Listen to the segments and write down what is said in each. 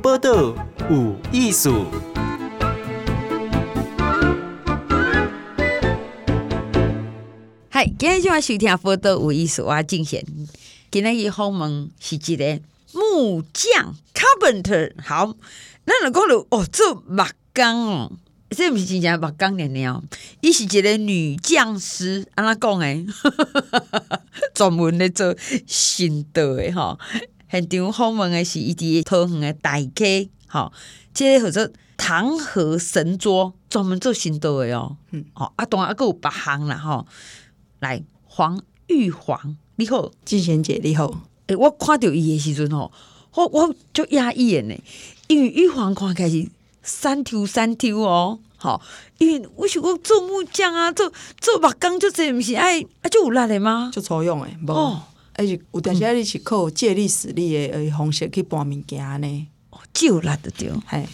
报道有艺术。 嗨，今日就要收听报道有艺术我进贤。今日访问是一个木匠 carpenter。好，咱就讲了哦，做木工哦，这不是真正木工娘娘，伊是一个女匠师，安怎讲诶？专门咧做新道诶吼。现场访问诶是伊伫桃园诶大溪，吼，这个叫做唐河神桌，专门做新道诶哦。当然还佫有别项啦吼。来，黄玉煌，你好， 静贤姐你好。 我看到伊的时阵吼，我就讶异的呢，因为玉煌看起来是三条哦，吼，因为我想讲做木匠啊，做木工就这，不是爱就有力的吗？ 就粗用的，无，而且有当时你是靠借力使力的方式去搬物件呢， 就有力的对， 嘿，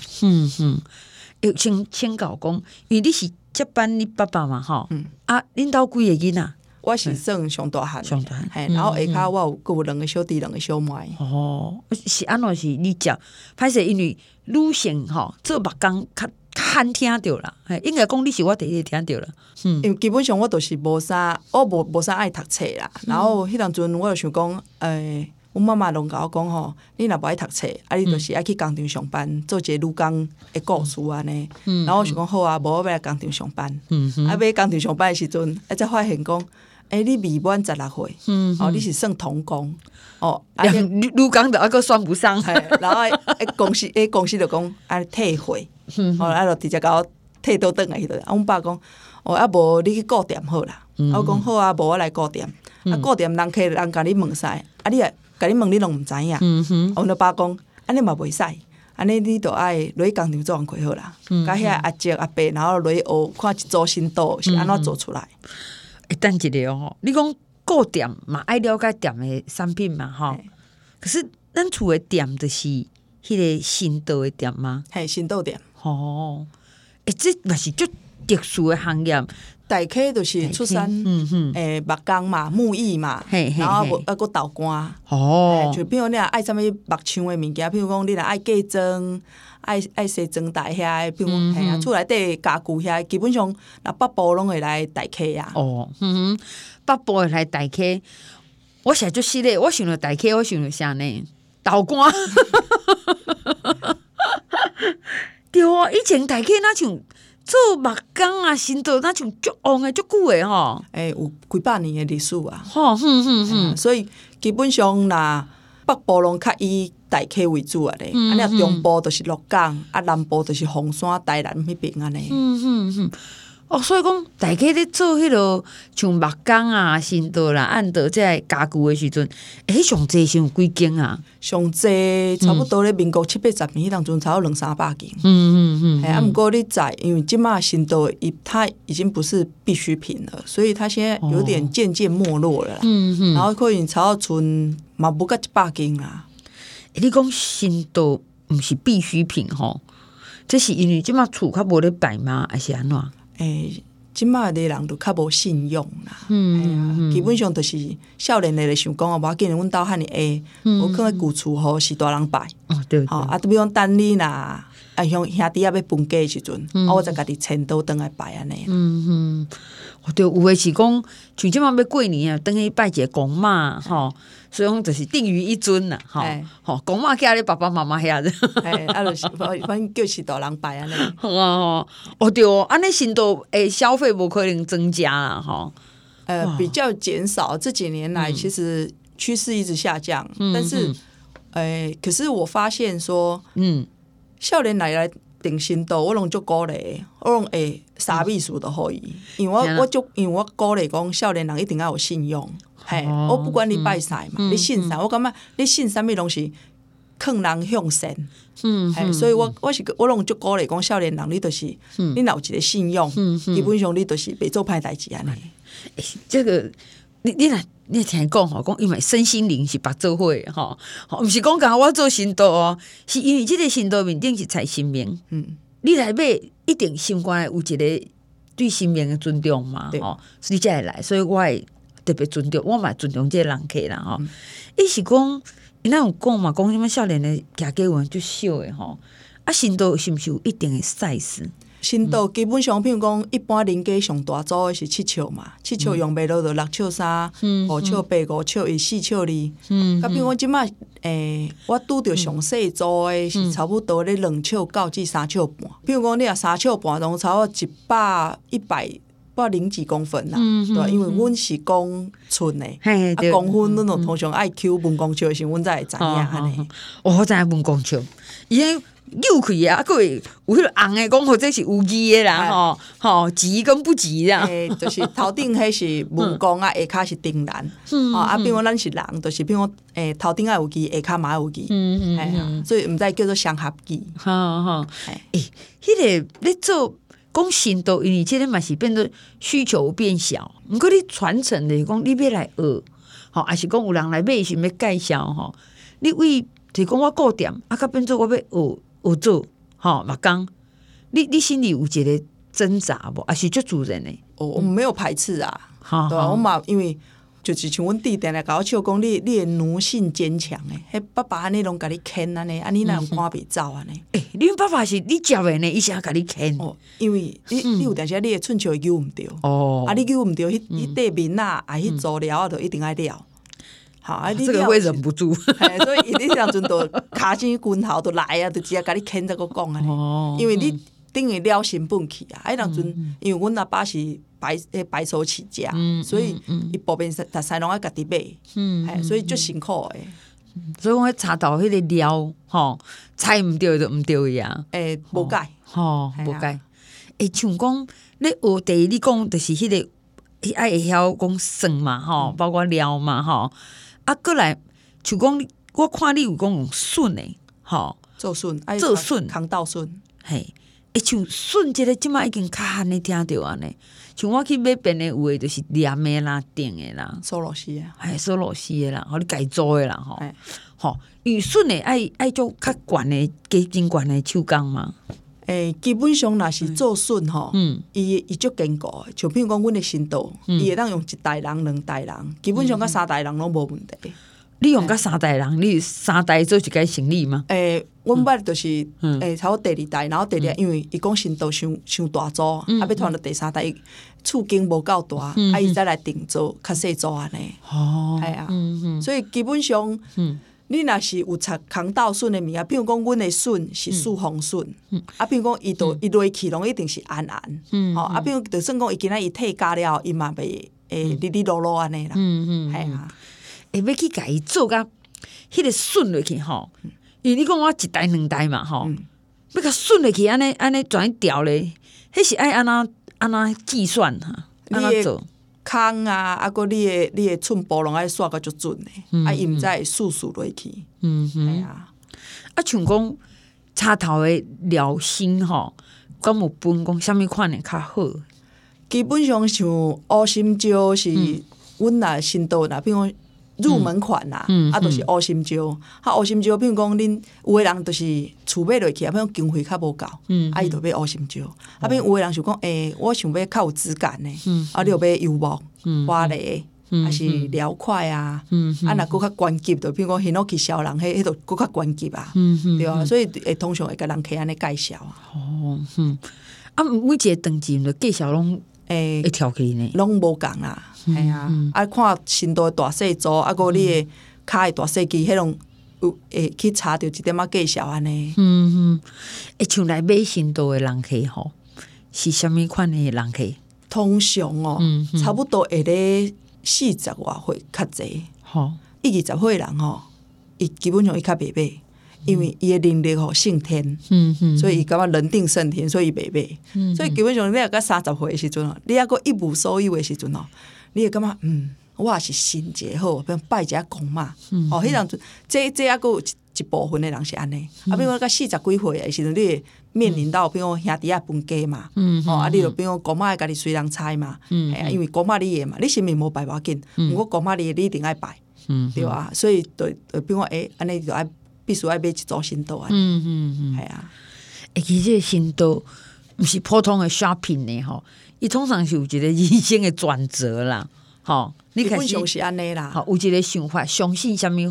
先搞讲，因为你是接班你爸爸嘛，吼，恁兜几个囡仔？ 我是算上大汉，嘿，然后下骹我有2个小弟2个小妹。 哦，是安怎是你讲？歹势，因为女性吼做目工较罕听着啦，应该讲你是我第一个听着啦。 因为基本上我都是无啥爱读册啦。然后迄当阵我就想讲，阮妈妈拢甲我讲吼，你若无爱读册，你就是爱去工厂上班，做一个女工的故事安尼。然后我想讲好啊，无我要来工厂上班。要工厂上班的时阵，才发现讲。你未满16岁，你是算童工， 女工就还佫算不上， 然后公司就讲退费，就直接甲我退倒转来迄度。阮爸讲，啊无你去顾店好啦，我讲好啊，无我来顾店，顾店人客人甲你问啥，你甲你问你拢毋知影。阮就爸讲，安尼嘛袂使，安尼你就爱落去工厂做工课好啦，甲遐阿叔阿伯，然后落去学看一组新刀是安怎做出来。 等一下哦，你讲顾店嘛，爱了解店的产品嘛，吼。可是咱厝的店就是迄个新道的店吗？ 嘿，新道店。 哦，这嘛是足特殊的行业。 大溪就是出产木工嘛、木艺嘛，然后佫豆干。哦，就比如你若爱啥物木枪的物件，比如讲你若爱嫁妆、爱西装台遐，比如厝内底家具遐，基本上若北部拢会来大溪啊。 哦，北部会来大溪，我现在就失礼，我想到大溪，我想到啥呢？豆干。对啊，以前大溪那像。做木工啊，新道那像足旺的、足久的吼。 有几百年的历史啊。所以基本上若北部拢较以大溪为主啊咧。尼中部就是鹿港，南部就是凤山、台南迄边安尼。 所以讲大家咧做迄落像木工啊、新道啦、按道这家具的时阵，上济是有几间啊？ 上济差不多咧，民国70-80年迄当阵差不多200-300间。毋过你知，因为即马新道它已经不是必需品了，所以它现在有点渐渐没落了啦。然后可能差不多剩嘛无到100间啦。 你讲新道毋是必需品吼？这是因为即马厝较无咧摆吗？还是安怎？ 即马的人就较无信用啦，基本上就是少年的就想讲无要紧，阮兜汉尼我囥咧旧厝吼是大人摆， 对， 比如讲等你啦，兄弟仔要分家的时阵，我才家己迁倒转来摆安尼。 对，有诶是讲，像即马要过年啊，等去拜一个公妈吼，所以讲就是定于一尊啦，吼，公妈家咧爸爸妈妈遐的， 就是反正叫是大人摆安尼。 对哦，安尼新道诶消费无可能增加啦，吼。 比较减少，这几年来其实趋势一直下降，但是，可是我发现说，少年来订新道，我拢足鼓励，我拢会三秘书都可以，因为我鼓励讲少年人一定要有信用，我不管你拜啥嘛，你信啥，我感觉你信啥物拢是劝人向善，所以我拢足鼓励讲少年人，你就是你若有一个信用，基本上你就是袂做歹代志安尼。 这个你听讲吼，讲因为身心灵是白做伙的吼，毋是讲讲我做新道哦，是因为这个新道面顶是菜生命，你来买一定心肝有一个对生命的尊重嘛，吼，你才会来，所以我会特别尊重，我嘛尊重这个人客啦，吼。伊是讲因咱有讲嘛，讲什么少年的牙结纹就小的吼，啊，心都是毋是有一定的 size？ 深度基本上，譬如讲，一般人家上大组的是7尺嘛，7尺用袂落就6尺3、5尺8、5尺1、4尺2。甲比如讲即摆，我拄着上细组的是差不多咧2尺9至3尺半。比如讲，你若3尺半，拢差不多100几公分啦，对，因为阮是讲寸的，公分阮通常爱抽文公尺的时候，阮才会知影安尼。 我知影文公尺，伊扭开啊，佫会有迄个红的讲，或者是有字的啦，吼，急跟不急啦。 就是头顶迄是文公啊，下骹是丁兰。啊，比如讲咱是人，就是比如讲，头顶爱有字，下骹嘛有字。所以毋知叫做相合字。 迄个咧做讲深度，因为即个嘛是变做需求变小，毋过你传承的讲你要来学，吼，还是讲有人来买是要介绍吼，你为就是讲我顾店，啊，甲变做我要学做，吼，嘛讲，你心里有一个挣扎无，还是足自然的？ 我没有排斥啊，对吧？我嘛因为就是像阮弟定来甲我笑讲，你的奴性坚强诶，迄爸爸安尼拢甲你牵安尼，安尼哪有赶袂走安尼？ 恁爸爸是你接的呢，伊啥甲你牵？ 因为你有当时你的寸球会揪毋着，啊，你揪毋着，迄块面啊，迄做料啊，就一定爱料。好，啊，你这个会忍不住， 所以你当阵就骹前拳头就来啊，就直接甲你牵再个讲安尼，因为你等于了成本去啊。迄当阵，因为阮阿爸是白手起家，所以伊部分逐西拢爱家己买，所以足辛苦诶。 所以我查到迄个料，吼，猜毋对就毋对呀， 无解， 吼，无解。像讲你学第一，你讲就是迄个爱会晓讲算嘛，吼，包括料嘛，吼。啊，过来像讲，我看你有讲用笋诶，吼， 做笋， 做笋， 扛稻笋， 嘿，像笋即个即摆已经较罕咧听着安尼。像我去买便的有诶，就是黏诶啦、定诶啦， 索罗斯啊， 索罗斯诶啦，互你家做诶啦，吼，因为笋诶爱做较悬诶、加真悬诶手工嘛。 基本上若是做笋吼，伊足坚固诶。像比如讲，阮的深度，伊会当用1代人、2代人，基本上甲3代人拢无问题。 你用甲3代人，你3代做一个成立吗？ 阮捌就是差不多第2代，然后第2，因为伊讲深度伤大组，啊，要传到第3代，厝径无够大，啊，伊再来定做较细组安尼。系啊，所以基本上。你若是有插扛稻笋的物啊，比如讲，阮的笋是四方笋，啊，比如讲，伊落去拢一定是安，啊，比如就算讲伊今仔伊退价了，伊嘛袂哩哩落落安尼啦，系啊， 要去甲伊做甲迄个笋落去吼，因为你讲我1代2代嘛吼，要甲笋落去安尼怎调咧？迄是爱安那计算哈，安那做。 空啊，啊，搁你的寸步拢爱刷个足准诶，啊，伊毋才会簌落去。系啊， 像讲插头的料芯吼，敢有分讲啥物款的较好？ 基本上像乌心椒是阮若深度啦，比如讲入门款啦，啊，就是乌心椒。乌心椒，比如讲恁有诶人就是厝买落去啊，比如讲经费较无够，啊，伊就买乌心椒。啊，比如有诶人想讲，我想要较有质感诶，啊，你就买柚木、花梨，还是辽快啊，啊，若佫较悬级，就比如讲迄落去烧人，迄就佫较悬级啊，对啊，所以通常会甲人客安尼介绍啊。 啊，每一个等级的介绍拢会跳起呢， 拢无共啦。系啊，啊看深度的大细组，啊个你的骹的大细机，迄种有会去查着一点仔介绍安尼。 像来买深度的人客吼，是啥物款的人客？ 通常差不多会咧40外岁较济。 吼 ，20岁人吼，伊基本上伊较袂买。因为伊的能力吼胜天，所以伊感觉人定胜天，所以伊袂买。所以基本上你若到30岁的时阵，你还佫一无所有的时阵，你会感觉我也是心结好，比如拜一下公嘛。迄样这还佫有一部分的人是安尼。啊，比如讲到40几岁的时阵，你会面临到比如讲兄弟仔分家嘛，啊，你就比如讲公妈会家己随人猜嘛，因为公妈你的嘛，你身面无拜无要紧，毋过公妈你一定爱拜，对啊，所以就比如讲安尼就爱。必须爱买一组深度啊！系啊， 其实这个深度不是普通的 shopping 呢，吼，伊通常是有一个人生的转折啦，吼， 你基本上是安尼啦， 好，有一个想法，相信什么会，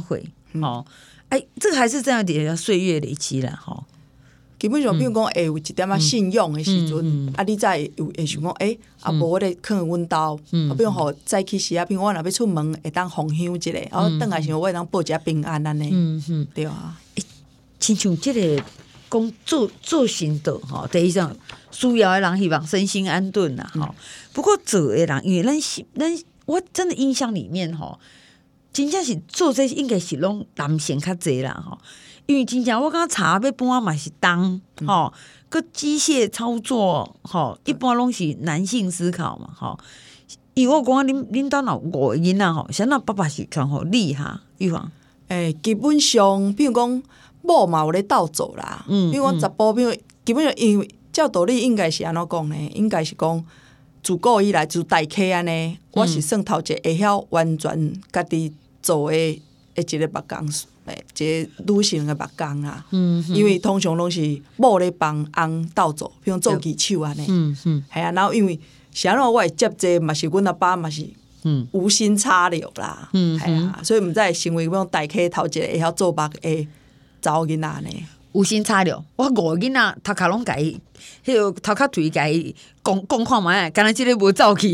哦，哎，这个还是这样点岁月累积了哈。 基本上，比如讲，会有一点仔信用的时阵，你再会想讲，无我咧囥阮兜，比如互早起时比如我若要出门，会当奉香一下，然后转来时我会当报一下平安安尼，对啊。 亲像这个讲做行道吼，第一种需要的人希望身心安顿啦吼。不过做的人，因为咱我真的印象里面吼，真正是做这应该是拢男性较济啦吼。因为真正我感觉查要搬嘛是重吼，个机械操作吼，一般拢是男性思考嘛吼。因为我讲恁兜若5个囡仔吼，像那爸爸是传互你哈，玉芳。 基本上，比如讲某嘛有咧斗做啦，比如讲查甫，比如基本上因为照道理应该是安怎讲呢？应该是讲自古以来自大溪安尼，我是算头一个会晓完全家己做的一个目工。一个女性的目工啊，因为通常拢是某咧帮翁斗做，比如做技手安尼，系啊。然后因为是安怎我会接这，嘛是阮阿爸嘛是无心插柳啦，系啊，所以毋知成为种大溪头一个会晓做目的查某囡仔呢。 无心插柳，我5个囡仔头壳拢甲伊，迄个头壳腿甲伊讲看卖，敢若即个无走去。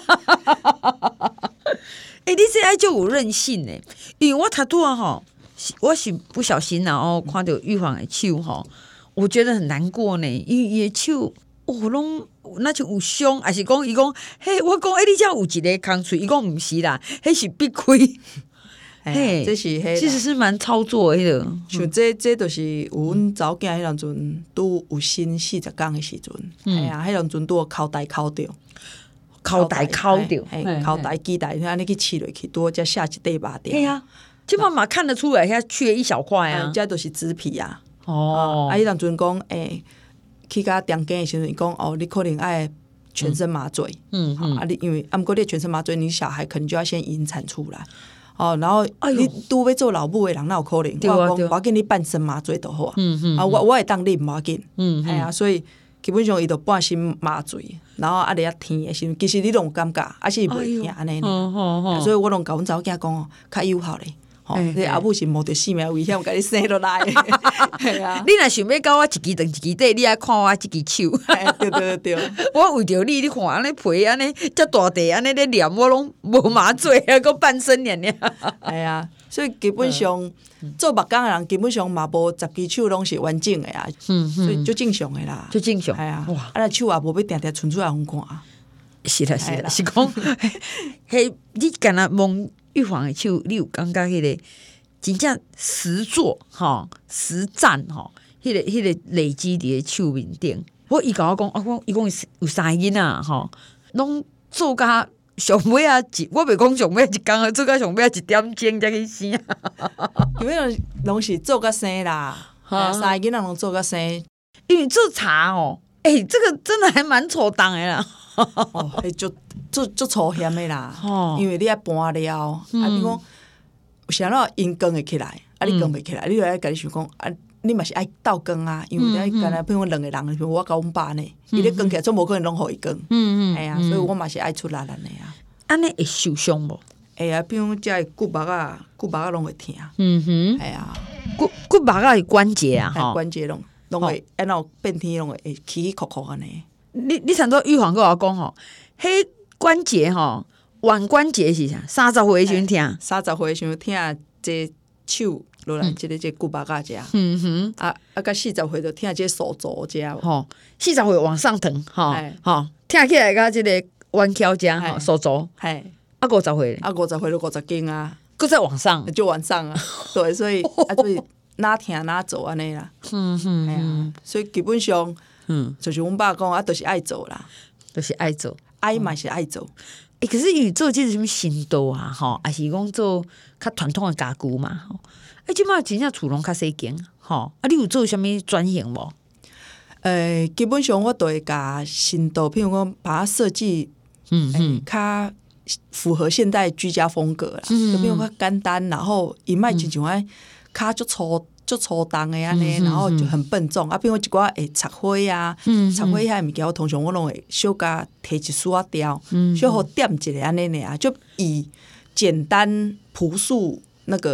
你这爱就有韧性诶，因为我头拄啊吼。我是不小心然后看到玉芳的手吼，我觉得很难过呢。因为伊的手拢那就有伤，还是讲伊讲嘿，我讲你遮有一个空喙，伊讲毋是啦，迄是闭开。嘿， 这是其实是蛮操作的迄个。 像这就是有阮查某囝迄阵阵拄有新40天的时阵，哎呀，迄阵阵拄口袋口着。 口袋口着， 口袋脐带安尼去刺落去，拄则下一块肉掉。 对啊。基本上看得出来，它缺一小块啊， 这都是植皮啊。 哦， 伊当阵讲，去甲中间的时阵，讲你可能爱全身麻醉，你因为毋过你全身麻醉，你小孩可能就要先引产出来，然后你拄要做老母的人，哪有可能？我讲我要紧你半身麻醉就好啊，我会当你毋要紧，所以基本上伊就半身麻醉，然后你疼的时阵，其实你拢有感觉，是袂疼安尼，所以我拢甲阮查某囝讲较有效咧。你阿母是冒着性命危险，甲你生落来。系啊， 你若想要教我一支长一支短，你爱看我一支手。 对。 我为着你看安尼皮安尼，遮大地安尼咧念，我拢无麻醉啊，搁半身念。 系啊，所以基本上做目工的人，基本上嘛无10支手拢是完整的啊。所以就正常的啦， 就正常。 系啊，哇，那手也无要定定伸出来互看。 是啦，是讲，嘿，你敢若摸玉芳的手，你有感觉迄个真正实做吼、实战吼，迄个累积伫个手面顶。我伊甲我讲，伊讲有3个囡仔吼，拢做甲上尾啊我袂讲上尾一工啊，做甲上尾1点钟才去生。 因为拢是做甲生啦，3个囡仔拢做甲生。 因为做茶哦，这个真的还蛮粗重的啦。 就粗险的啦，因为你要搬了，你讲啥咯，因扛会起来，你扛袂起来，你就要家己想讲，你嘛是爱斗扛啊，因为你干那比如2个人，比如我甲阮爸呢，伊咧扛起来，总无可能拢互伊扛，哎呀，所以我嘛是爱出力安尼啊。 安尼会受伤无？ 会啊，比如遮骨肉啊拢会疼。哎呀， 骨肉啊是关节啊， 关节拢会，安怎变天拢会起起哭哭安尼。 你上次玉芳跟我讲吼，迄关节吼，腕关节是啥？30岁时阵疼 ，30岁时阵疼，这手落来，这骨肉啊，这到40岁就疼这手肘这吼，40岁往上疼，吼，疼起来到这个弯翘这吼，手肘，50岁 ，50岁就50斤啊， 搁再往上， 就往上啊，对，所以哪疼哪做安尼啦，哎呀，所以基本上。就是阮爸讲就是爱做啦， 就是爱做， 爱嘛是爱做。 可是伊做这什么新刀啊，吼，还是讲做较传统的家具嘛，吼。即摆真正厝拢较细间，吼。你有做啥物转型无？ 基本上我都会甲新刀，譬如讲把它设计，较符合现代居家风格啦，就比如较简单，然后伊莫亲像迄较足粗。就粗重的安尼，然后就很笨重啊。比如一寡会插花啊，插花遐物件，我通常我拢会小甲摕一束啊雕，小互点一下安尼尔啊，就以简单朴素那个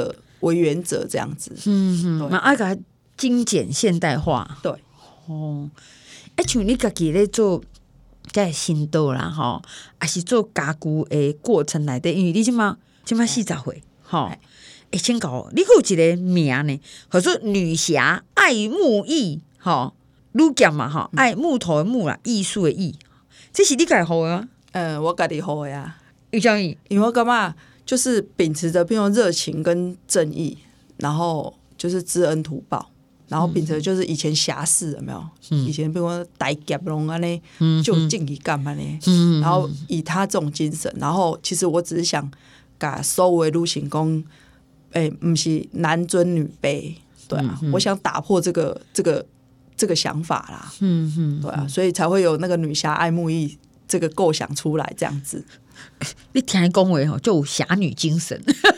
为原则这样子。 嘛爱甲精简现代化。 对， 像你家己咧做这新刀啦，吼，还是做家具的过程内底，因为你即马40岁，吼，请教你有一个名呢，叫做女侠爱木艺，吼，女剑嘛，吼，爱木头的木啦，艺术的艺，这是你家己好的吗？ 我家己好的啊， 为什么？因为我感觉就是秉持着譬如热情跟正义，然后就是知恩图报。然后秉持就是以前侠士有没有？以前比如说大劫龙安尼，就有正义感安尼。然后以他这种精神，然后其实我只是想把所有的女性讲，不是男尊女卑，对啊，我想打破这个想法啦。对啊，所以才会有那个女侠爱慕艺这个构想出来，这样子。 你听讲话吼，就有侠女精神。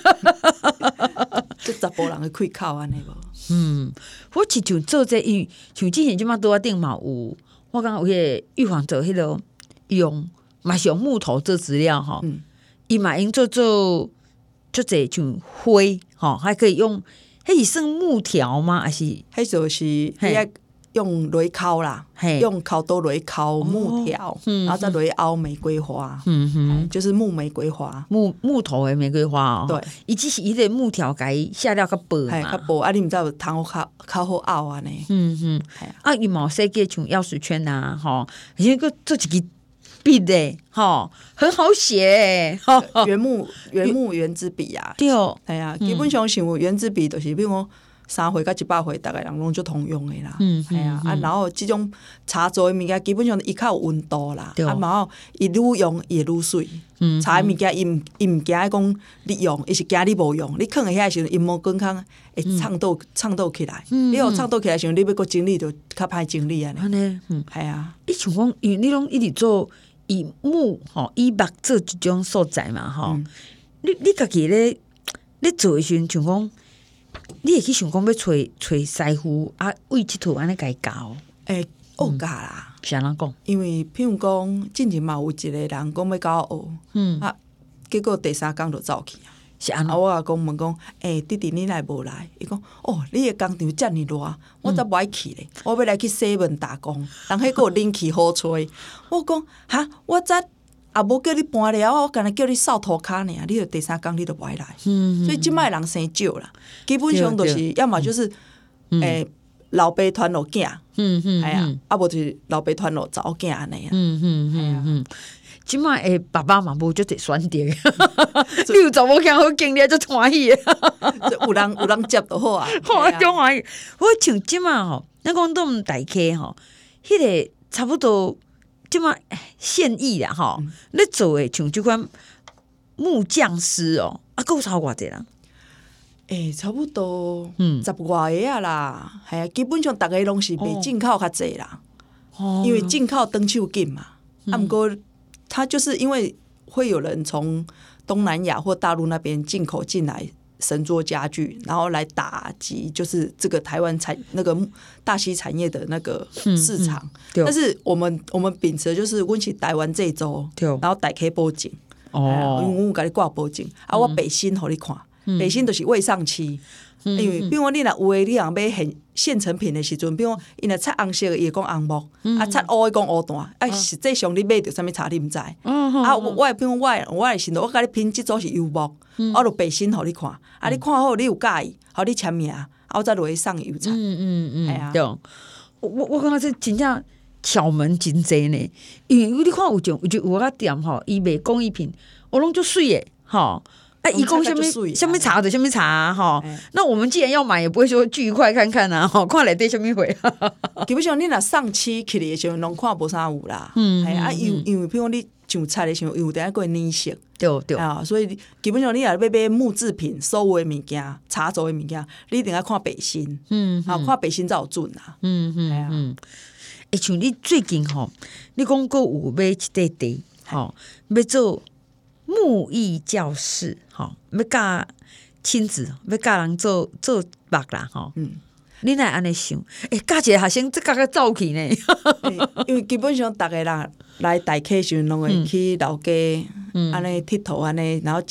这查甫人的开口安尼无？ 我是像做这像之前即马拄仔顶嘛有，我感觉有迄个预防做迄个用嘛是用木头做资料吼，伊嘛用做这像灰吼，还可以用，迄是算木条吗？还是迄就是你要用雷敲啦，用烤刀雷敲木条，然后再雷凹玫瑰花，就是木玫瑰花， 木头的玫瑰花哦。 对， 伊只是伊个木条甲伊下料较薄嘛， 较薄啊，你毋知有通好较好拗安尼。 啊，伊嘛有设计像钥匙圈啊，吼，而且个做一支笔的，吼，很好写， 原木圆珠笔啊， 对， 系啊，基本上像圆珠笔就是比如讲。3岁到100岁，大概人拢就通用的啦。系啊，然后这种茶做的物件，基本上伊较有温度啦。然后伊愈用伊会愈水。茶的物件，伊毋惊讲你用，伊是惊你无用。你放喺遐时阵，伊无健康会倡导起来。你有倡导起来时阵，你要搁整理就较歹整理安尼。系啊。 你像讲，因为你拢一直做以木以木做一种素材嘛，吼。你家己咧做的时阵，像讲。你会去想讲要找师傅啊，为即图安尼甲伊教？ 学教啦， 是安怎讲？ 因为譬如讲，之前嘛有一个人讲要教我学，结果第3天就走去啊。 是安怎？ 我也讲问讲，弟弟你来无来？伊讲你的工厂遮尔热，我才不爱去咧。我要来去西门打工，人迄个有冷气好吹。我讲我才。也无叫你搬了，我干那叫你扫涂骹尔，你就第3天你就不爱来。所以即摆人生少啦，基本上都是要么就是老爸传落囝，系啊，啊无就是老爸传落查某囝安尼啊。 即摆诶，爸爸嘛无足侪选择，你有查某囝好经历，足欢喜诶。 有人接就好啊， 足欢喜。我像即摆吼，咱讲到大溪吼，迄个差不多。即嘛现役啦吼，你做诶像即款木匠师哦，够超偌济人？ 差不多10外个啊啦，系啊，基本上逐个拢是卖进口较济啦，因为进口登手紧嘛。毋过他就是因为会有人从东南亚或大陆那边进口进来。神桌家具，然后来打击就是这个台湾那个大溪产业的那个市场。但是我们秉持的就是阮是台湾这一周，然后大溪保证。因为我有甲你挂保证，我背心互你看，背心就是未上漆。因为比如你若有诶，你若买现成品的时阵，比如因若擦红色的，伊会讲红木，擦乌的讲乌淡，实际上你买着啥物茶你毋知。我比如我的信徒，我甲你拼即组是油木，我就背身互你看，你看好你有介意，互你签名，我再落去送油茶。 对，我感觉这真正巧门真济呢，因为你看有种有店吼，伊卖工艺品，我拢足水诶，吼。伊讲什么茶就什么茶哈，那我们既然要买，也不会说聚一块看看啊，哈，看内底什么货。 基本上你若送漆起的时候，拢看无啥有啦。因为比如你上菜的时候，有等下过黏色， 对啊，所以基本上你若要买木制品、所有的物件、茶做的物件，你一定要看背心，看背心才有准啊。 像你最近吼，你讲过有买一块地，吼，要做。木艺教室，吼，要教亲子，要教人做木啦，吼。你哪安尼想？教一个学生，这教个走去呢？ 因为基本上逐个人来大溪时，拢会去老家安尼佚佗安尼，然后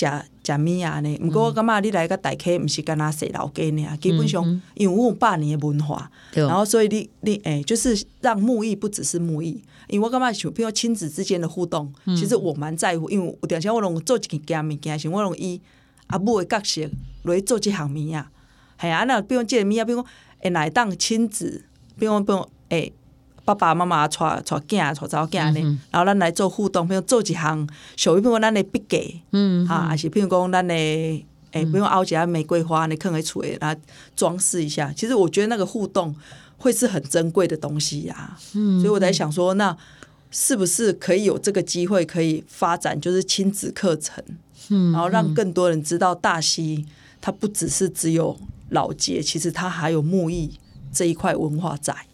食米啊呢。毋过我感觉你来个大溪，毋是干那洗老鸡呢，基本上因为我有100年的文化，然后所以你就是让牧艺不只是牧艺，因为我感觉像比如亲子之间的互动，其实我蛮在乎，因为有定时我拢做一件物件，是我拢以阿母的角色来做这项物啊，系啊，那比如这个物啊，比如讲来当亲子，比如爸爸妈妈带囝带查某囝呢，然后咱来做互动，比如做一项，属于比如咱的笔记，还是比如讲咱的比如凹一下玫瑰花，你放在厝里，然后装饰一下。其实我觉得那个互动会是很珍贵的东西呀。所以我在想说，那是不是可以有这个机会，可以发展就是亲子课程，然后让更多人知道大溪它不只是只有老街，其实它还有牧艺这一块文化在。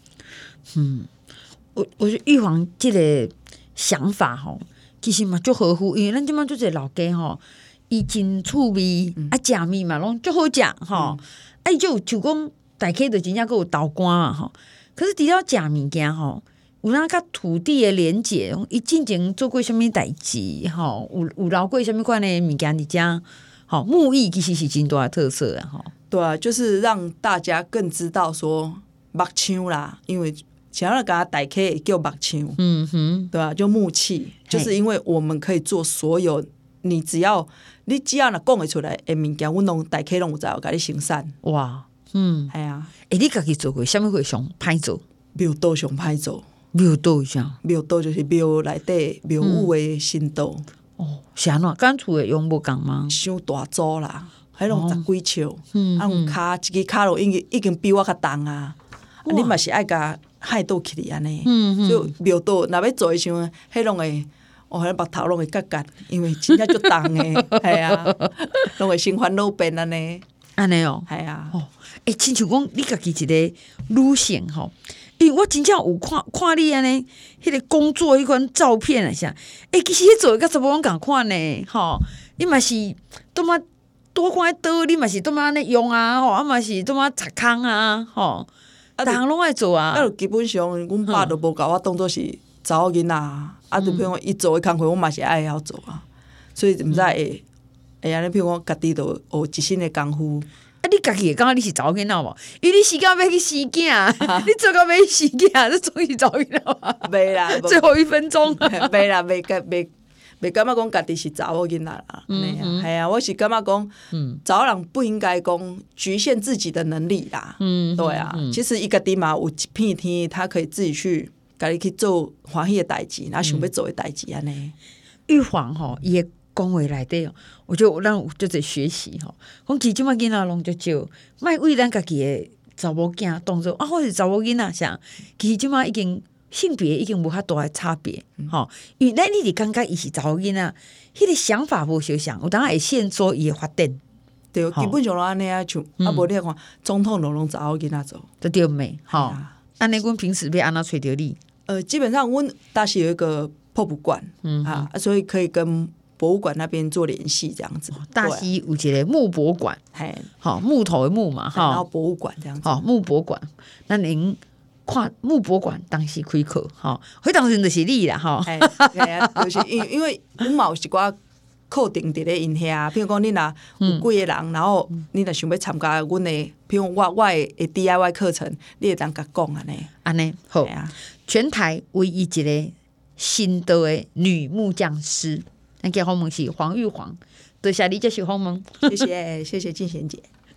我觉得玉皇这个想法吼，其实嘛足合乎，因为咱即马做这老家吼，伊真趣味，食物嘛拢足好食吼，伊就像讲大溪就真正佫有豆干嘛吼，可是除了食物件吼，有哪甲土地的连结，伊之前做过啥物代志吼，有留过啥物款的物件伫遮吼，牧艺其实是真大的特色啊吼。 对啊，就是让大家更知道说木枪啦，因为想要给大溪叫木枪，对啊，就木器，就是因为我们可以做所有，你只要若讲得出来的物件，阮拢大溪拢有在甲你生产。 哇， 系啊， 你家己做过啥物会上歹做？ 庙道上歹做， 庙道啥？ 庙道就是庙内底庙宇的神道。 哦，是安怎？跟厝的用无共吗？ 伤大组啦，迄拢10几尺，用骹一个骹落已经比我较重啊！你嘛是爱甲害倒起嚟安尼，所以庙道若要做时阵，迄拢会，迄目头拢会夹夹，因为真正足重诶，系啊，拢会心烦恼变安尼， 安尼哦， 系啊， 亲像讲你家己一个女性吼。因为我真正有看你安尼，迄个工作迄款照片啊啥，其实迄做甲查某人共款呢，吼，你嘛是多么多看刀，你嘛是多么安尼用啊，吼，嘛是多么擦空啊，吼，逐项拢爱做啊。 基本上，阮爸都无甲我当作是查某囡仔，就比如讲伊做的工课，我嘛是爱晓做啊，所以毋知会安尼，比如讲家己就学一身的功夫。 你家己会感觉你是查某囡仔无？因为你时间要去生囝，你做到要生囝，你总是查某囡仔嘛？ 袂啦， 最后1分钟， 袂啦，袂感觉讲家己是查某囡仔啦。系啊，我是感觉讲，查某人不应该讲局限自己的能力啦。对啊，其实伊家己嘛有一片天，他可以自己去家己去做欢喜的代志，然后想要做的代志安尼。 玉皇吼，伊讲话内底，我觉得咱有足侪学习吼。讲其实即马囡仔拢足少，莫为咱家己的查某囝当作我是查某囡仔啥。其实即马已经性别已经无遐大的差别吼，因为咱你是感觉伊是查某囡仔，迄个想法无相像，有当下会限缩伊的发展。 对，基本上拢安尼啊，像无你看总统拢查某囡仔做， 这对没吼。安尼阮平时要安怎找着你？ 基本上阮大溪有一个博物馆，所以可以跟博物馆那边做联系，这样子。 大溪有一个木博馆，好木头的木嘛， 然后博物馆这样子。 好木博馆，那您看木博馆当时开课，迄当时就是你啦，哈。 就是因为阮嘛有一寡课程伫咧因遐，譬如讲你若有几个人，然后你若想要参加阮的，譬如我的 DIY 课程，你会当甲讲安尼。 安尼好，全台唯一一个新的女木匠师。咱家访问是黄玉皇，多谢你接受访问， 谢谢静贤姐。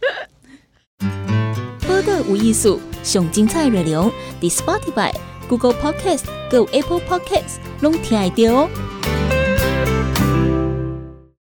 报道有艺术，上精彩内容，伫 Spotify、Google Podcast、Go Apple Podcast 拢听得到哦。